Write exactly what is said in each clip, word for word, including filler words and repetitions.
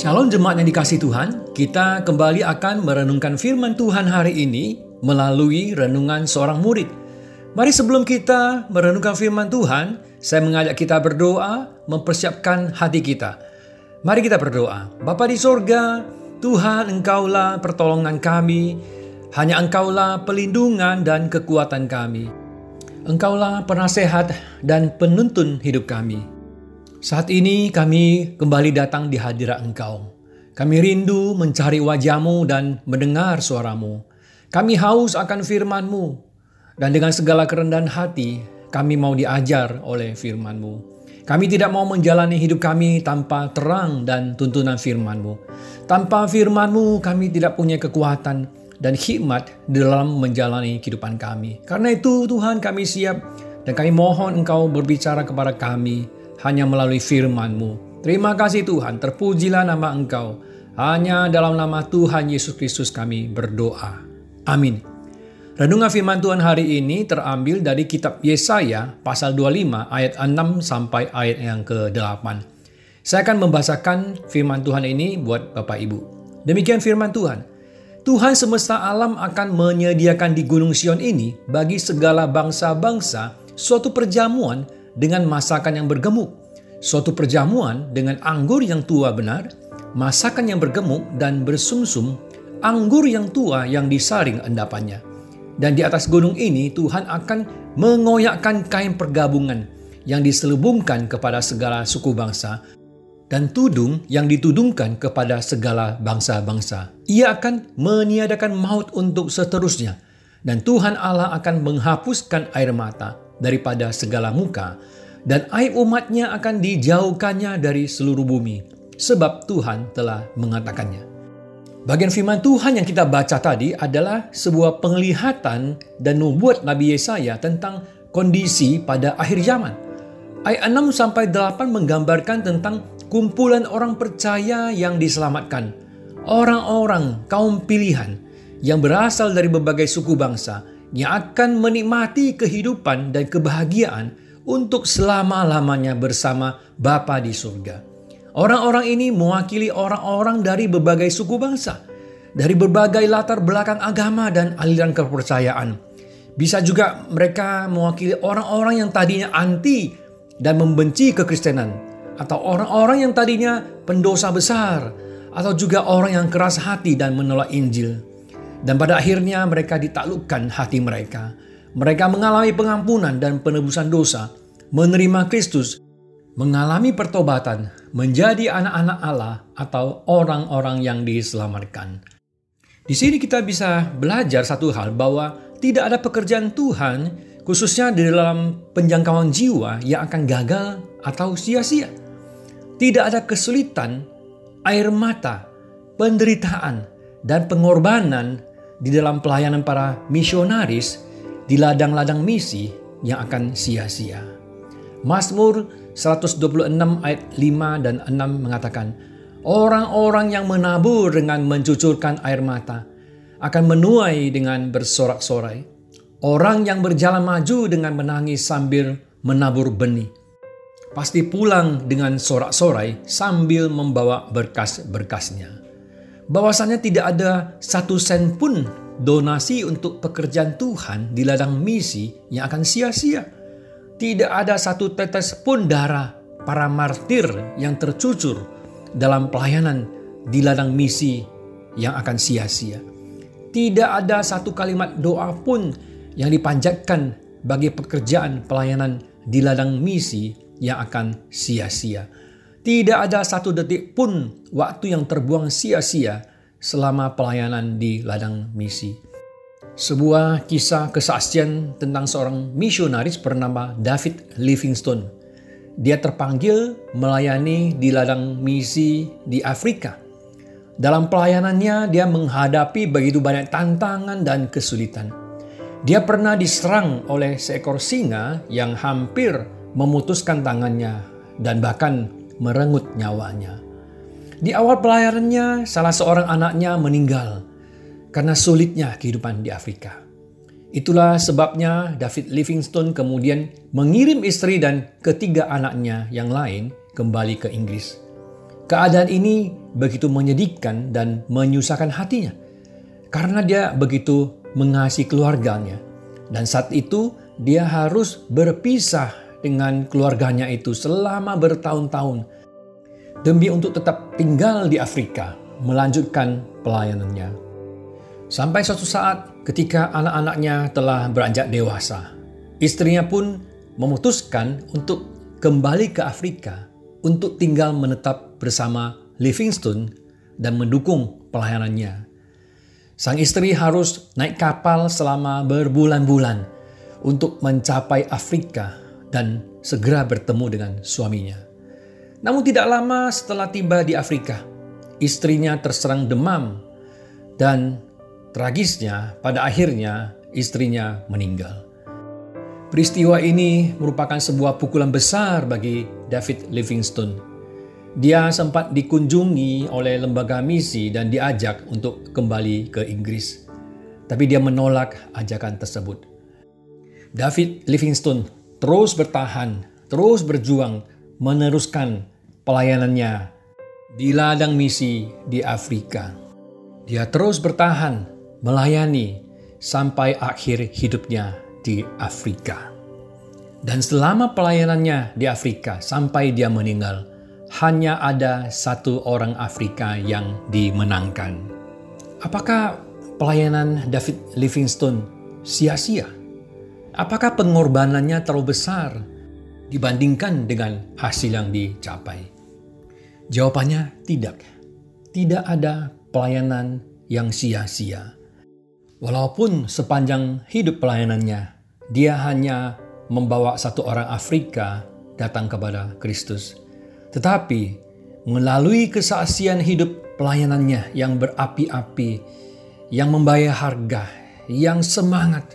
Shalom jemaat yang dikasihi Tuhan, kita kembali akan merenungkan firman Tuhan hari ini melalui renungan seorang murid. Mari sebelum kita merenungkan firman Tuhan, saya mengajak kita berdoa, mempersiapkan hati kita. Mari kita berdoa. Bapa di sorga, Tuhan Engkaulah pertolongan kami, hanya Engkaulah pelindungan dan kekuatan kami. Engkaulah penasehat dan penuntun hidup kami. Saat ini kami kembali datang di hadirat Engkau. Kami rindu mencari wajah-Mu dan mendengar suara-Mu. Kami haus akan firman-Mu. Dan dengan segala kerendahan hati, kami mau diajar oleh firman-Mu. Kami tidak mau menjalani hidup kami tanpa terang dan tuntunan firman-Mu. Tanpa firman-Mu, kami tidak punya kekuatan dan hikmat dalam menjalani kehidupan kami. Karena itu Tuhan, kami siap dan kami mohon Engkau berbicara kepada kami hanya melalui firman-Mu. Terima kasih Tuhan, terpujilah nama Engkau. Hanya dalam nama Tuhan Yesus Kristus kami berdoa. Amin. Renungan firman Tuhan hari ini terambil dari kitab Yesaya pasal dua puluh lima ayat enam sampai ayat yang ke-delapan. Saya akan membahasakan firman Tuhan ini buat Bapak Ibu. Demikian firman Tuhan. Tuhan semesta alam akan menyediakan di Gunung Sion ini bagi segala bangsa-bangsa suatu perjamuan dengan masakan yang bergemuk, suatu perjamuan dengan anggur yang tua benar, masakan yang bergemuk dan bersumsum, anggur yang tua yang disaring endapannya. Dan di atas gunung ini Tuhan akan mengoyakkan kain pergabungan yang diselubungkan kepada segala suku bangsa dan tudung yang ditudungkan kepada segala bangsa-bangsa. Ia akan meniadakan maut untuk seterusnya, dan Tuhan Allah akan menghapuskan air mata daripada segala muka, dan aib umatnya akan dijauhkannya dari seluruh bumi, sebab Tuhan telah mengatakannya. Bagian firman Tuhan yang kita baca tadi adalah sebuah penglihatan dan nubuat Nabi Yesaya tentang kondisi pada akhir zaman. Ayat enam sampai delapan menggambarkan tentang kumpulan orang percaya yang diselamatkan, orang-orang kaum pilihan yang berasal dari berbagai suku bangsa, yang akan menikmati kehidupan dan kebahagiaan untuk selama-lamanya bersama Bapa di surga. Orang-orang ini mewakili orang-orang dari berbagai suku bangsa, dari berbagai latar belakang agama dan aliran kepercayaan. Bisa juga mereka mewakili orang-orang yang tadinya anti dan membenci kekristenan, atau orang-orang yang tadinya pendosa besar, atau juga orang yang keras hati dan menolak Injil. Dan pada akhirnya mereka ditaklukkan hati mereka. Mereka mengalami pengampunan dan penebusan dosa, menerima Kristus, mengalami pertobatan, menjadi anak-anak Allah atau orang-orang yang diselamatkan. Di sini kita bisa belajar satu hal, bahwa tidak ada pekerjaan Tuhan, khususnya di dalam penjangkauan jiwa, yang akan gagal atau sia-sia. Tidak ada kesulitan, air mata, penderitaan, dan pengorbanan di dalam pelayanan para misionaris di ladang-ladang misi yang akan sia-sia. Mazmur seratus dua puluh enam ayat lima dan enam mengatakan, orang-orang yang menabur dengan mencucurkan air mata akan menuai dengan bersorak-sorai. Orang yang berjalan maju dengan menangis sambil menabur benih pasti pulang dengan sorak-sorai sambil membawa berkas-berkasnya. Bahwasanya tidak ada satu sen pun donasi untuk pekerjaan Tuhan di ladang misi yang akan sia-sia. Tidak ada satu tetes pun darah para martir yang tercucur dalam pelayanan di ladang misi yang akan sia-sia. Tidak ada satu kalimat doa pun yang dipanjatkan bagi pekerjaan pelayanan di ladang misi yang akan sia-sia. Tidak ada satu detik pun waktu yang terbuang sia-sia selama pelayanan di ladang misi. Sebuah kisah kesaksian tentang seorang misionaris bernama David Livingstone. Dia terpanggil melayani di ladang misi di Afrika. Dalam pelayanannya, dia menghadapi begitu banyak tantangan dan kesulitan. Dia pernah diserang oleh seekor singa yang hampir memutuskan tangannya dan bahkan merenggut nyawanya. Di awal pelayanannya, salah seorang anaknya meninggal karena sulitnya kehidupan di Afrika. Itulah sebabnya David Livingstone kemudian mengirim istri dan ketiga anaknya yang lain kembali ke Inggris. Keadaan ini begitu menyedihkan dan menyusahkan hatinya karena dia begitu mengasihi keluarganya. Dan saat itu dia harus berpisah dengan keluarganya itu selama bertahun-tahun demi untuk tetap tinggal di Afrika, melanjutkan pelayanannya. Sampai suatu saat ketika anak-anaknya telah beranjak dewasa, istrinya pun memutuskan untuk kembali ke Afrika untuk tinggal menetap bersama Livingstone dan mendukung pelayanannya. Sang istri harus naik kapal selama berbulan-bulan untuk mencapai Afrika dan segera bertemu dengan suaminya. Namun tidak lama setelah tiba di Afrika, istrinya terserang demam dan tragisnya pada akhirnya istrinya meninggal. Peristiwa ini merupakan sebuah pukulan besar bagi David Livingstone. Dia sempat dikunjungi oleh lembaga misi dan diajak untuk kembali ke Inggris. Tapi dia menolak ajakan tersebut. David Livingstone terus bertahan, terus berjuang meneruskan pelayanannya di ladang misi di Afrika. Dia terus bertahan melayani sampai akhir hidupnya di Afrika. Dan selama pelayanannya di Afrika sampai dia meninggal, hanya ada satu orang Afrika yang dimenangkan. Apakah pelayanan David Livingstone sia-sia? Apakah pengorbanannya terlalu besar dibandingkan dengan hasil yang dicapai? Jawabannya tidak. Tidak ada pelayanan yang sia-sia. Walaupun sepanjang hidup pelayanannya, dia hanya membawa satu orang Afrika datang kepada Kristus. Tetapi melalui kesaksian hidup pelayanannya yang berapi-api, yang membayar harga, yang semangat,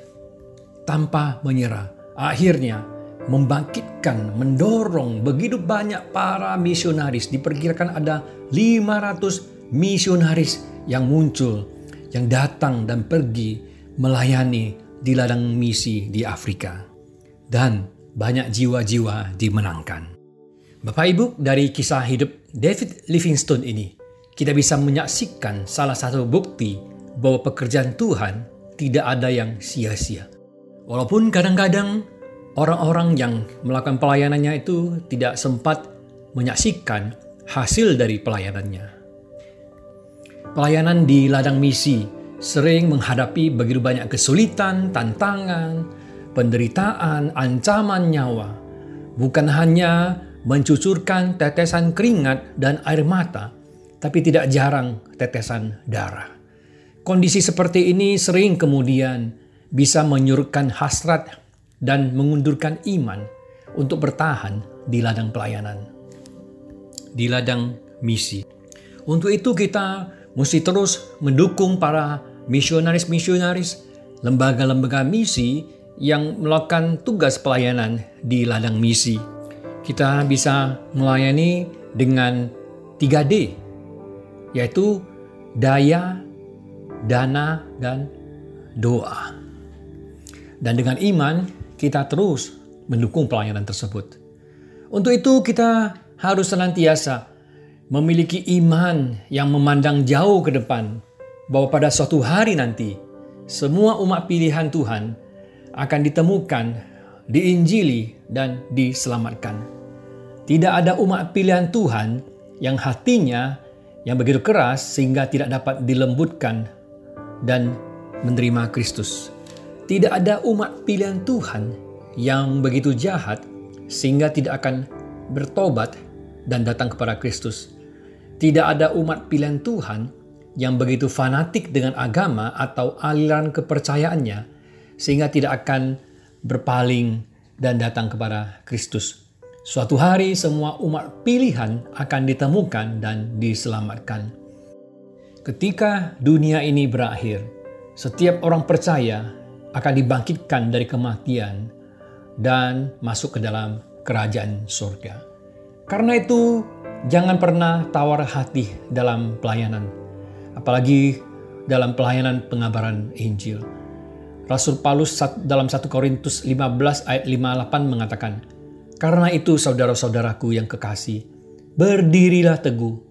tanpa menyerah, akhirnya membangkitkan, mendorong begitu banyak para misionaris. Diperkirakan ada lima ratus misionaris yang muncul, yang datang dan pergi melayani di ladang misi di Afrika. Dan banyak jiwa-jiwa dimenangkan. Bapak Ibu, dari kisah hidup David Livingstone ini, kita bisa menyaksikan salah satu bukti bahwa pekerjaan Tuhan tidak ada yang sia-sia. Walaupun kadang-kadang orang-orang yang melakukan pelayanannya itu tidak sempat menyaksikan hasil dari pelayanannya. Pelayanan di ladang misi sering menghadapi begitu banyak kesulitan, tantangan, penderitaan, ancaman nyawa. Bukan hanya mencucurkan tetesan keringat dan air mata, tapi tidak jarang tetesan darah. Kondisi seperti ini sering kemudian bisa menyurutkan hasrat dan mengundurkan iman untuk bertahan di ladang pelayanan, di ladang misi. Untuk itu kita mesti terus mendukung para misionaris-misionaris, lembaga-lembaga misi yang melakukan tugas pelayanan di ladang misi. Kita bisa melayani dengan tiga D, yaitu daya, dana, dan doa. Dan dengan iman, kita terus mendukung pelayanan tersebut. Untuk itu kita harus senantiasa memiliki iman yang memandang jauh ke depan, bahwa pada suatu hari nanti, semua umat pilihan Tuhan akan ditemukan, diinjili, dan diselamatkan. Tidak ada umat pilihan Tuhan yang hatinya yang begitu keras sehingga tidak dapat dilembutkan dan menerima Kristus. Tidak ada umat pilihan Tuhan yang begitu jahat sehingga tidak akan bertobat dan datang kepada Kristus. Tidak ada umat pilihan Tuhan yang begitu fanatik dengan agama atau aliran kepercayaannya sehingga tidak akan berpaling dan datang kepada Kristus. Suatu hari semua umat pilihan akan ditemukan dan diselamatkan. Ketika dunia ini berakhir, setiap orang percaya akan dibangkitkan dari kematian dan masuk ke dalam kerajaan surga. Karena itu, jangan pernah tawar hati dalam pelayanan, apalagi dalam pelayanan pengabaran Injil. Rasul Paulus dalam satu Korintus lima belas ayat lima puluh delapan mengatakan, "Karena itu saudara-saudaraku yang kekasih, berdirilah teguh,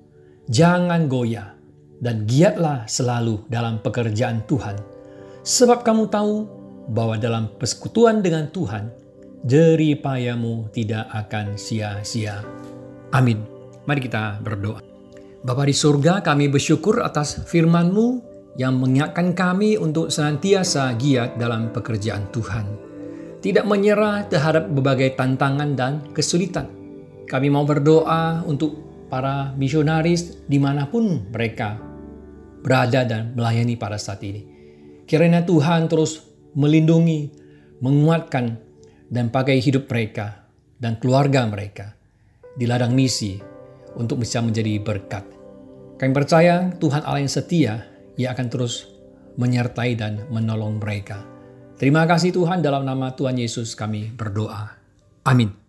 Jangan goyah dan giatlah selalu dalam pekerjaan Tuhan. Sebab kamu tahu bahwa dalam persekutuan dengan Tuhan, jerih payahmu tidak akan sia-sia. Amin. Mari kita berdoa. Bapa di surga, kami bersyukur atas firman-Mu yang mengingatkan kami untuk senantiasa giat dalam pekerjaan Tuhan. Tidak menyerah terhadap berbagai tantangan dan kesulitan. Kami mau berdoa untuk para misionaris dimanapun mereka berada dan melayani pada saat ini. Kiranya Tuhan terus melindungi, menguatkan, dan pakai hidup mereka dan keluarga mereka di ladang misi untuk bisa menjadi berkat. Kami percaya Tuhan Allah yang setia, Ia akan terus menyertai dan menolong mereka. Terima kasih Tuhan, dalam nama Tuhan Yesus kami berdoa. Amin.